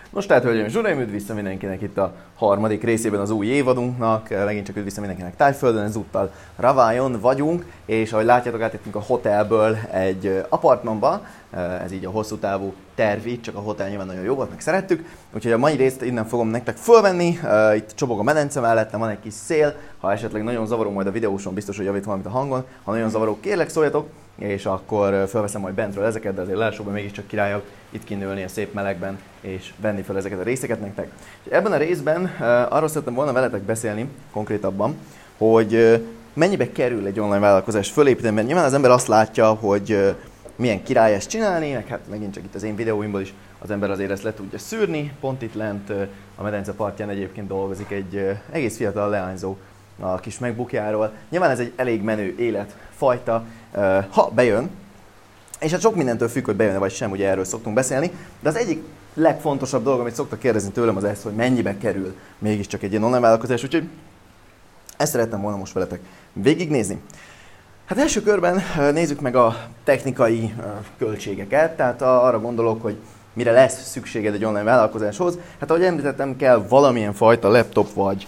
Most tehát, hölgyeim és uraim, üdv vissza mindenkinek itt a harmadik részében az új évadunknak. Megint csak üdv vissza mindenkinek Tájföldön, ezúttal Ravályon vagyunk, és ahogy látjátok, átjöttünk a hotelből egy apartmanba. Ez így a hosszú távú terv itt, csak a hotel nyilván nagyon jó volt, meg szerettük. Úgyhogy a mai részt innen fogom nektek fölvenni. Itt csobog a medence mellettem, van egy kis szél. Ha esetleg nagyon zavaró majd a videóson, biztos, hogy javít valamit a hangon. Ha nagyon zavaró, kérlek szóljatok, és akkor fölveszem majd bentről ezeket, de azért elsősorban mégiscsak királyok itt kinőlni a szép melegben, és venni fel ezeket a részeket nektek. Ebben a részben arról szerettem volna veletek beszélni konkrétabban, hogy mennyibe kerül egy online vállalkozás fölépíteni, mert nyilván az ember azt látja, hogy milyen király ezt csinálni, meg hát megint csak itt az én videóimból is az ember azért ezt le tudja szűrni. Pont itt lent a medence partján egyébként dolgozik egy egész fiatal leányzó a kis MacBookjáról. Nyilván ez egy elég menő életfajta, ha bejön, és hát sok mindentől függ, hogy bejön-e vagy sem, ugye erről szoktunk beszélni, de az egyik legfontosabb dolog, amit szoktak kérdezni tőlem, az ez, hogy mennyibe kerül mégiscsak egy ilyen online vállalkozás, úgyhogy ezt szerettem volna most veletek végignézni. Hát első körben nézzük meg a technikai költségeket, tehát arra gondolok, hogy mire lesz szükséged egy online vállalkozáshoz. Hát ahogy említettem, kell valamilyen fajta laptop vagy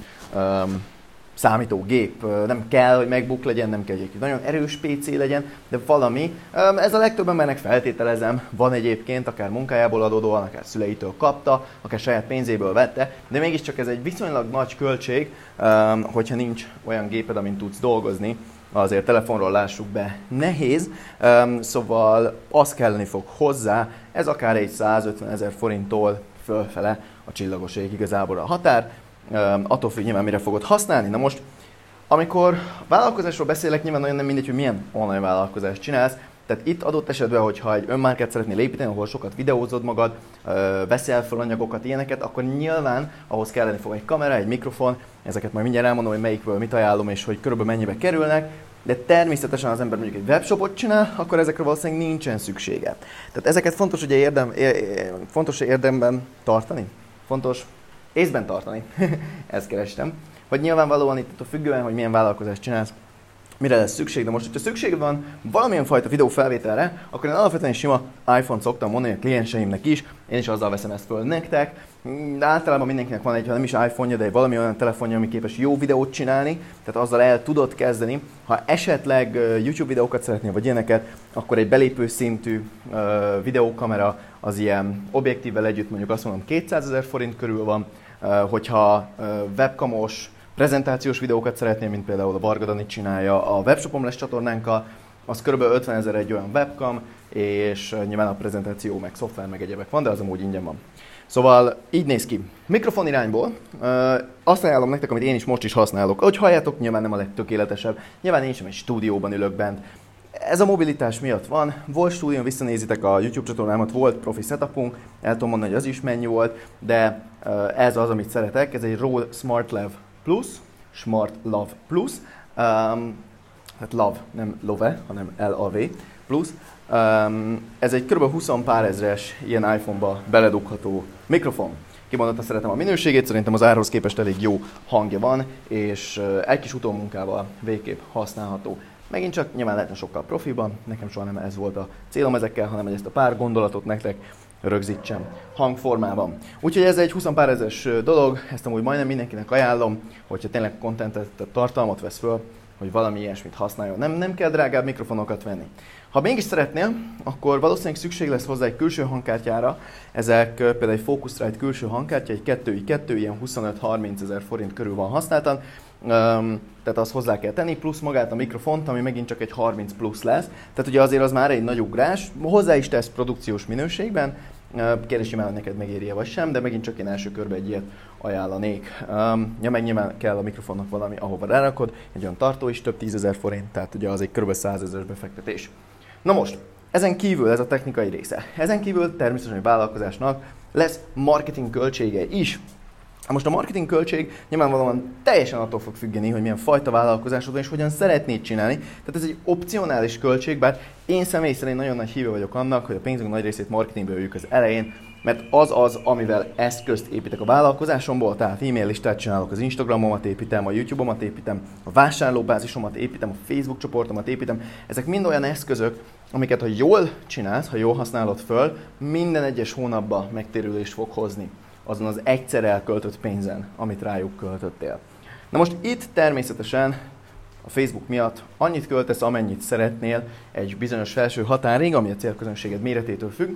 számítógép, nem kell, hogy MacBook legyen, nem kell, hogy egy nagyon erős PC legyen, de valami. Ez a legtöbb embernek feltételezem, van egyébként, akár munkájából adódóan, akár szüleitől kapta, akár saját pénzéből vette, de mégiscsak ez egy viszonylag nagy költség, hogyha nincs olyan géped, amin tudsz dolgozni, azért telefonról lássuk be, nehéz, szóval az kelleni fog hozzá, ez akár egy 150 000 forinttól fölfele a csillagoség igazából a határ, attól függ nyilván mire fogod használni. Na most, amikor vállalkozásról beszélek, nyilván nagyon nem mindegy, hogy milyen online vállalkozást csinálsz. Tehát itt adott esetben, hogyha egy önmárkát szeretnél építeni, ahol sokat videózod magad, veszel fel anyagokat, ilyeneket, akkor nyilván ahhoz kelleni fog egy kamera, egy mikrofon, ezeket majd mindjárt elmondom, hogy melyikből mit ajánlom és hogy körülbelül mennyibe kerülnek. De természetesen az ember mondjuk egy webshopot csinál, akkor ezekre valószínűleg nincsen szüksége. Tehát ezeket fontos ugye fontos érdemben tartani, fontos észben tartani, ezt kerestem, hogy nyilvánvalóan itt függően, hogy milyen vállalkozást csinálsz, mire lesz szükség, de most, hogyha szükség van valamilyen fajta videófelvételre, akkor én alapvetően sima iPhone-t szoktam mondani a klienseimnek is, én is azzal veszem ezt föl nektek. De általában mindenkinek van egy, ha nem is iPhone-ja, de valami olyan telefonja, ami képes jó videót csinálni, tehát azzal el tudod kezdeni. Ha esetleg YouTube videókat szeretnél, vagy ilyeneket, akkor egy belépő szintű videókamera az ilyen objektívvel együtt mondjuk azt mondom 200 000 forint körül van. Hogyha webkamos, prezentációs videókat szeretnél, mint például a Varga Dani csinálja a webshopom lesz csatornánkkal, az kb. 50 000 egy olyan webcam, és nyilván a prezentáció, meg szoftver, meg egyebek van, de az amúgy ingyen van. Szóval így néz ki. Mikrofon irányból azt ajánlom nektek, amit én is most is használok. Ahogy halljátok, nyilván nem a legtökéletesebb. Nyilván én sem egy stúdióban ülök bent. Ez a mobilitás miatt van. Volt stúdión, visszanézitek a YouTube csatornámat, volt profi setupunk, el tudom mondani, hogy az is mennyi volt, de ez az, amit szeretek. Ez egy Rode SmartLav Plus, SmartLav Plus. Hát Lav, nem Love, hanem LAV Plus. Ez egy kb. 20 pár ezres ilyen iPhone-ba beledugható mikrofon. Kimondottan szeretem a minőségét, szerintem az árhoz képest elég jó hangja van, és egy kis utómunkával végképp használható. Megint csak nyilván lehetne sokkal profiban, nekem soha nem ez volt a célom ezekkel, hanem hogy ezt a pár gondolatot nektek rögzítsem hangformában. Úgyhogy ez egy 20 pár ezres dolog, ezt amúgy majdnem mindenkinek ajánlom, hogyha tényleg contentet, tartalmat vesz föl, hogy valami ilyesmit használjon. Nem kell drágább mikrofonokat venni. Ha mégis szeretnél, akkor valószínűleg szükség lesz hozzá egy külső hangkártyára. Ezek például egy Focusrite külső hangkártya, egy 2i2, ilyen 25-30 000 forint körül van használtan. Tehát azt hozzá kell tenni, plusz magát a mikrofont, ami megint csak egy 30 plusz lesz. Tehát ugye azért az már egy nagy ugrás, hozzá is tesz produkciós minőségben. Kérdés nyilván, neked megéri-e vagy sem, de megint csak én első körben egy ilyet ajánlanék. Meg nyilván kell a mikrofonnak valami, ahova rárakod, egy olyan tartó is több 10 000 forint, tehát ugye az egy kb. 100 000 befektetés. Na most, ezen kívül ez a technikai része. Ezen kívül természetesen a vállalkozásnak lesz marketing költsége is. Most a marketing költség nyilvánvalóan teljesen attól fog függeni, hogy milyen fajta vállalkozásod van és hogyan szeretnéd csinálni. Tehát ez egy opcionális költség, bár én személy szerint nagyon nagy híve vagyok annak, hogy a pénzünk nagy részét marketingbe öljük az elején, mert az, amivel eszközt építek a vállalkozásomból, tehát e-mail listát csinálok, az Instagramomat építem, a YouTube-omat építem, a vásárlóbázisomat építem, a Facebook csoportomat építem. Ezek mind olyan eszközök, amiket ha jól csinálsz, ha jól használod föl, minden egyes hónapban megtérülést fog hozni. azon az egyszer elköltött pénzen, amit rájuk költöttél. Na most itt természetesen a Facebook miatt annyit költesz, amennyit szeretnél egy bizonyos felső határig, ami a célközönséged méretétől függ.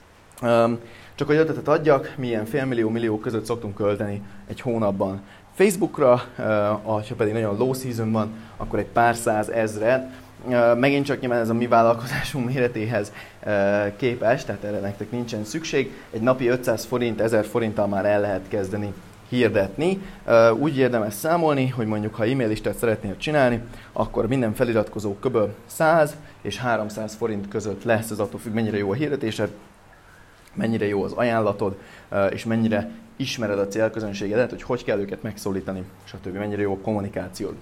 Csak hogy ötletet adjak, mi ilyen félmillió-millió között szoktunk költeni egy hónapban Facebookra, ha pedig nagyon low season van, akkor egy pár százezret. Megint csak nyilván ez a mi vállalkozásunk méretéhez képes, tehát erre nektek nincsen szükség. Egy napi 500 forint, 1000 forinttal már el lehet kezdeni hirdetni. Úgy érdemes számolni, hogy mondjuk ha e-mail listát szeretnél csinálni, akkor minden feliratkozó kb. 100 és 300 forint között lesz, ez attól függ, mennyire jó a hirdetésed, mennyire jó az ajánlatod, és mennyire ismered a célközönségedet, hogy kell őket megszólítani, stb. Mennyire jó a kommunikációd.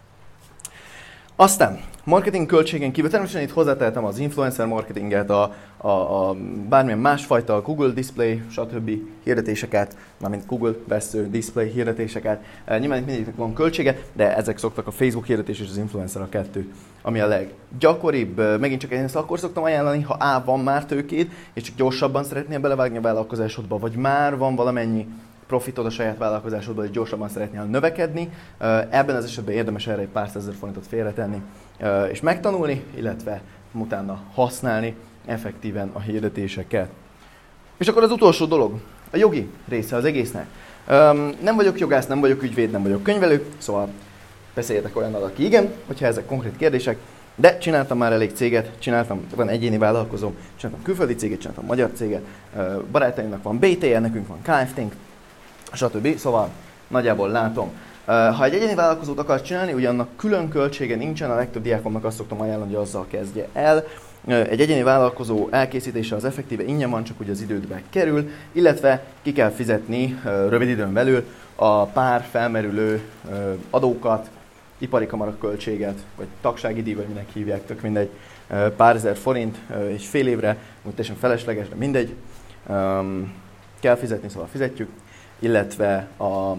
Aztán marketing költségen kívül természetesen itt hozzátehetem az influencer marketinget, a bármilyen másfajta Google Display, stb. Hirdetéseket, mármint Google vesző Display hirdetéseket. Nyilván itt mindegyiknek van költsége, de ezek szoktak a Facebook hirdetés és az influencer a kettő, ami a leggyakoribb. Megint csak én ezt akkor szoktam ajánlani, ha A, van már tőkéd, és csak gyorsabban szeretnél belevágni a vállalkozásodba, vagy már van valamennyi profitod a saját vállalkozásodból, és gyorsabban szeretnél növekedni. Ebben az esetben érdemes erre egy pár százezer forintot félretenni, és megtanulni, illetve utána használni effektíven a hirdetéseket. És akkor az utolsó dolog, a jogi része az egésznek. Nem vagyok jogász, nem vagyok ügyvéd, nem vagyok könyvelő, szóval beszéljetek olyannal, aki igen, hogyha ezek konkrét kérdések, de csináltam már elég céget, van egyéni vállalkozóm, csináltam külföldi céget, csináltam magyar céget, barátaimnak van BTL, nekünk van Kft-nk, stb. Szóval nagyjából látom. Ha egy egyéni vállalkozót akarsz csinálni, ugye annak külön költsége nincsen, a legtöbb diákomnak azt szoktam ajánlani, hogy azzal kezdje el. Egy egyéni vállalkozó elkészítése az effektíve ingyen van, csak ugye az idődbe kerül, illetve ki kell fizetni rövid időn belül a pár felmerülő adókat, ipari kamaraköltséget, vagy tagsági díj, vagy minek hívják, tök mindegy, pár ezer forint egy fél évre, úgy teljesen felesleges, de mindegy, kell fizetni, szóval fizetjük, illetve a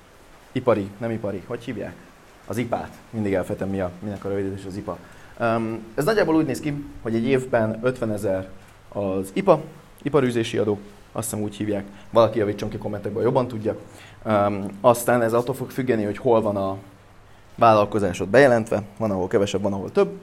nem ipari, hogy hívják? Az IPA-t, mindig elfejtem minek a rövidítés az IPA. Ez nagyjából úgy néz ki, hogy egy évben 50 000 az IPA, iparűzési adó, azt hiszem úgy hívják, valaki javítson ki kommentekben, jobban tudja. Aztán ez attól fog függeni, hogy hol van a vállalkozásod bejelentve, van ahol kevesebb, van ahol több.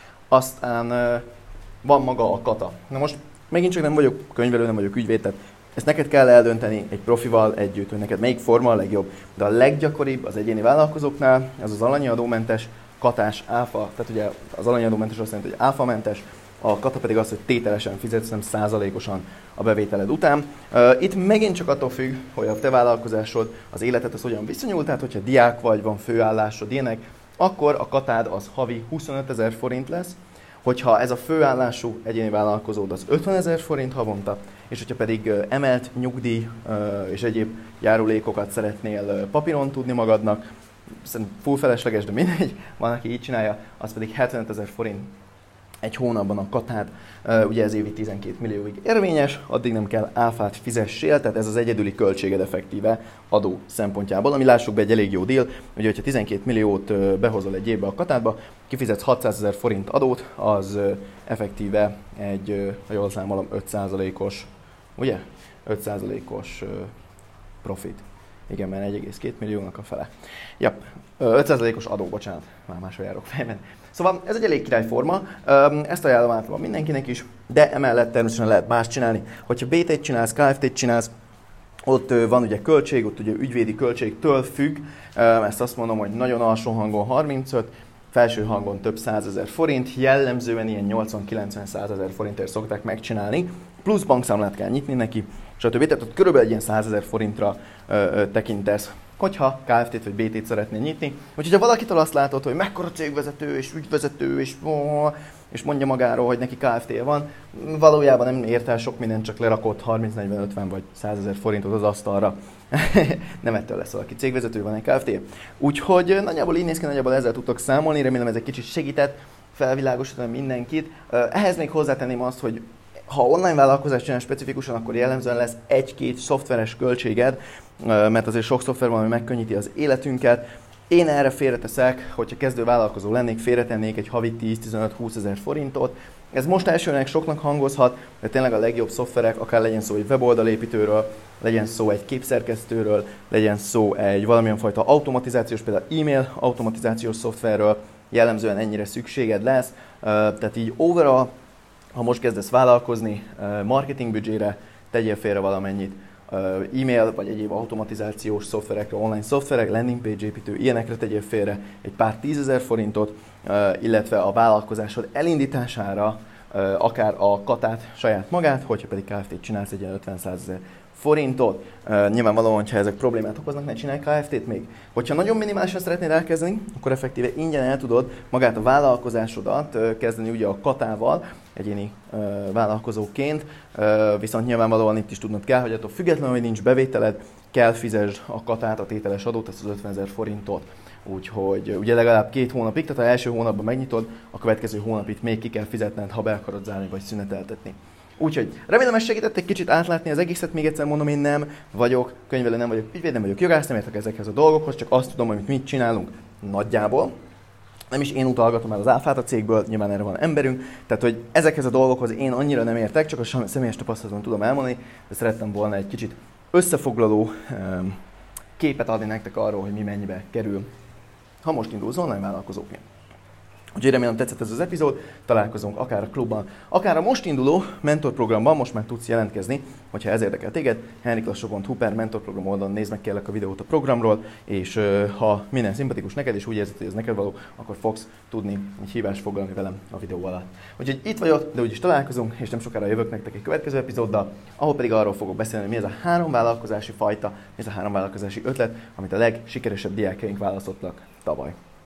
Aztán van maga a kata. Na most megint csak nem vagyok könyvelő, nem vagyok ügyvéd, tehát ezt neked kell eldönteni egy profival együtt, hogy neked melyik forma a legjobb. De a leggyakoribb az egyéni vállalkozóknál az alanyi adómentes katás áfa, tehát ugye az alanyi adómentes azt jelenti, hogy áfamentes, a kata pedig az, hogy tételesen fizetsz, nem százalékosan a bevételed után. Itt megint csak attól függ, hogy a te vállalkozásod, az életed az hogyan viszonyul, tehát hogyha diák vagy, van főállásod, ilyenek, akkor a katád az havi 25 000 forint lesz, hogyha ez a főállású egyéni vállalkozód az 50 000 forint havonta, és hogyha pedig emelt nyugdíj és egyéb járulékokat szeretnél papíron tudni magadnak, szerintem full felesleges, de mindegy, van, aki így csinálja, az pedig 75 000 forint egy hónapban a katád, ugye ez évi 12 millióig érvényes, addig nem kell áfát fizessél, tehát ez az egyedüli költséged effektíve adó szempontjából, ami lássuk be egy elég jó deal, ugye hogyha 12 milliót behozol egy évbe a katádba, kifizetsz 600 000 forint adót, az effektíve egy, ha jól számolom, 5%-os, ugye? 5%-os profit. Igen, mert 1,2 milliónak a fele. Ja, 5%-os adó, bocsánat, már máshol járok fejben. Szóval ez egy elég királyforma, ezt ajánlom általában mindenkinek is, de emellett természetesen lehet más csinálni. Hogyha BT-t csinálsz, Kft-t csinálsz, ott van ugye költség, ott ugye ügyvédi költségtől függ, ezt azt mondom, hogy nagyon alsó hangon 35, felső hangon több 100 000 forint, jellemzően ilyen 80-90-100 000 forintért szokták megcsinálni, plusz bankszámlát kell nyitni neki, stb. Tehát ott körülbelül egy ilyen 100 000 forintra tekintesz, hogyha Kft-t vagy BT-t szeretnél nyitni. Úgyhogy ha valakitől azt látod, hogy mekkora cégvezető és ügyvezető és mondja magáról, hogy neki Kft-je van, valójában nem ért el sok mindent, csak lerakott 30-40-50 vagy 100 000 forintot az asztalra. Nem ettől lesz valaki cégvezető, van egy Kft-je. Úgyhogy nagyjából így néz ki, nagyjából ezzel tudtok számolni, remélem ez egy kicsit segített felvilágosítani mindenkit. Ehhez még hozzátenném azt, hogy ha online vállalkozást csinál specifikusan, akkor jellemzően lesz egy-két szoftveres költséged, mert azért sok szoftver van, ami megkönnyíti az életünket. Én erre félreteszek, hogyha kezdő vállalkozó lennék, félretennék egy havi 10-15-20 ezer forintot. Ez most elsőnek soknak hangozhat, de tényleg a legjobb szoftverek, akár legyen szó egy weboldalépítőről, legyen szó egy képszerkesztőről, legyen szó egy valamilyen fajta automatizációs, például e-mail automatizációs szoftverről, jellemzően ennyire szükséged lesz. Tehát így overall, ha most kezdesz vállalkozni, marketing büdzsére tegyél félre valamennyit, e-mail vagy egyéb automatizációs szoftverekre, online szoftverek, landing page építő, ilyenekre tegyél félre egy pár 10 000 forintot, illetve a vállalkozásod elindítására akár a katát saját magát, hogyha pedig Kft-t csinálsz, egy 50-100 000 forintot. Nyilvánvalóan, hogyha ezek problémát okoznak, ne csinálj Kft-t még. Hogyha nagyon minimálisan szeretnéd elkezdeni, akkor effektíve ingyen el tudod magát a vállalkozásodat kezdeni ugye a katával, egyéni vállalkozóként, viszont nyilvánvalóan itt is tudnod kell, hogy attól függetlenül, hogy nincs bevételed, kell fizesd a katát, a tételes adót, ezt az 50 000 forintot. Úgyhogy ugye legalább 2 hónapig, tehát ha első hónapban megnyitod, a következő hónapit még ki kell fizetned, ha be akarod zárni vagy szüneteltetni. Úgyhogy remélem, ez segített egy kicsit átlátni az egészet, még egyszer mondom, én nem vagyok könyvelő, nem vagyok ügyvéd, nem vagyok jogász, nem értek ezekhez a dolgokhoz, csak azt tudom, hogy mit csinálunk nagyjából. Nem is én utalgatom el az áfát a cégből, nyilván erre van emberünk, tehát hogy ezekhez a dolgokhoz én annyira nem értek, csak a személyes tapasztalaton tudom elmondani, de szerettem volna egy kicsit összefoglaló képet adni nektek arról, hogy mi mennyibe kerül, ha most indulsz online vállalkozóként. Úgyhogy remélem tetszett ez az epizód, találkozunk akár a klubban, akár a most induló mentorprogramban, most már tudsz jelentkezni, hogyha ez érdekel téged, henriklassó.hu/mentorprogram oldalon nézd meg kérlek a videót a programról, és ha minden szimpatikus neked, és úgy érzed, hogy ez neked való, akkor fogsz tudni egy hívást foglalni velem a videó alatt. Úgyhogy itt vagyok, de úgyis találkozunk, és nem sokára jövök nektek egy következő epizóddal, ahol pedig arról fogok beszélni, mi ez a 3 vállalkozási fajta, mi ez a 3 vállalkozási ötlet, amit a legsikeresebb diákjaink választottak tavaly.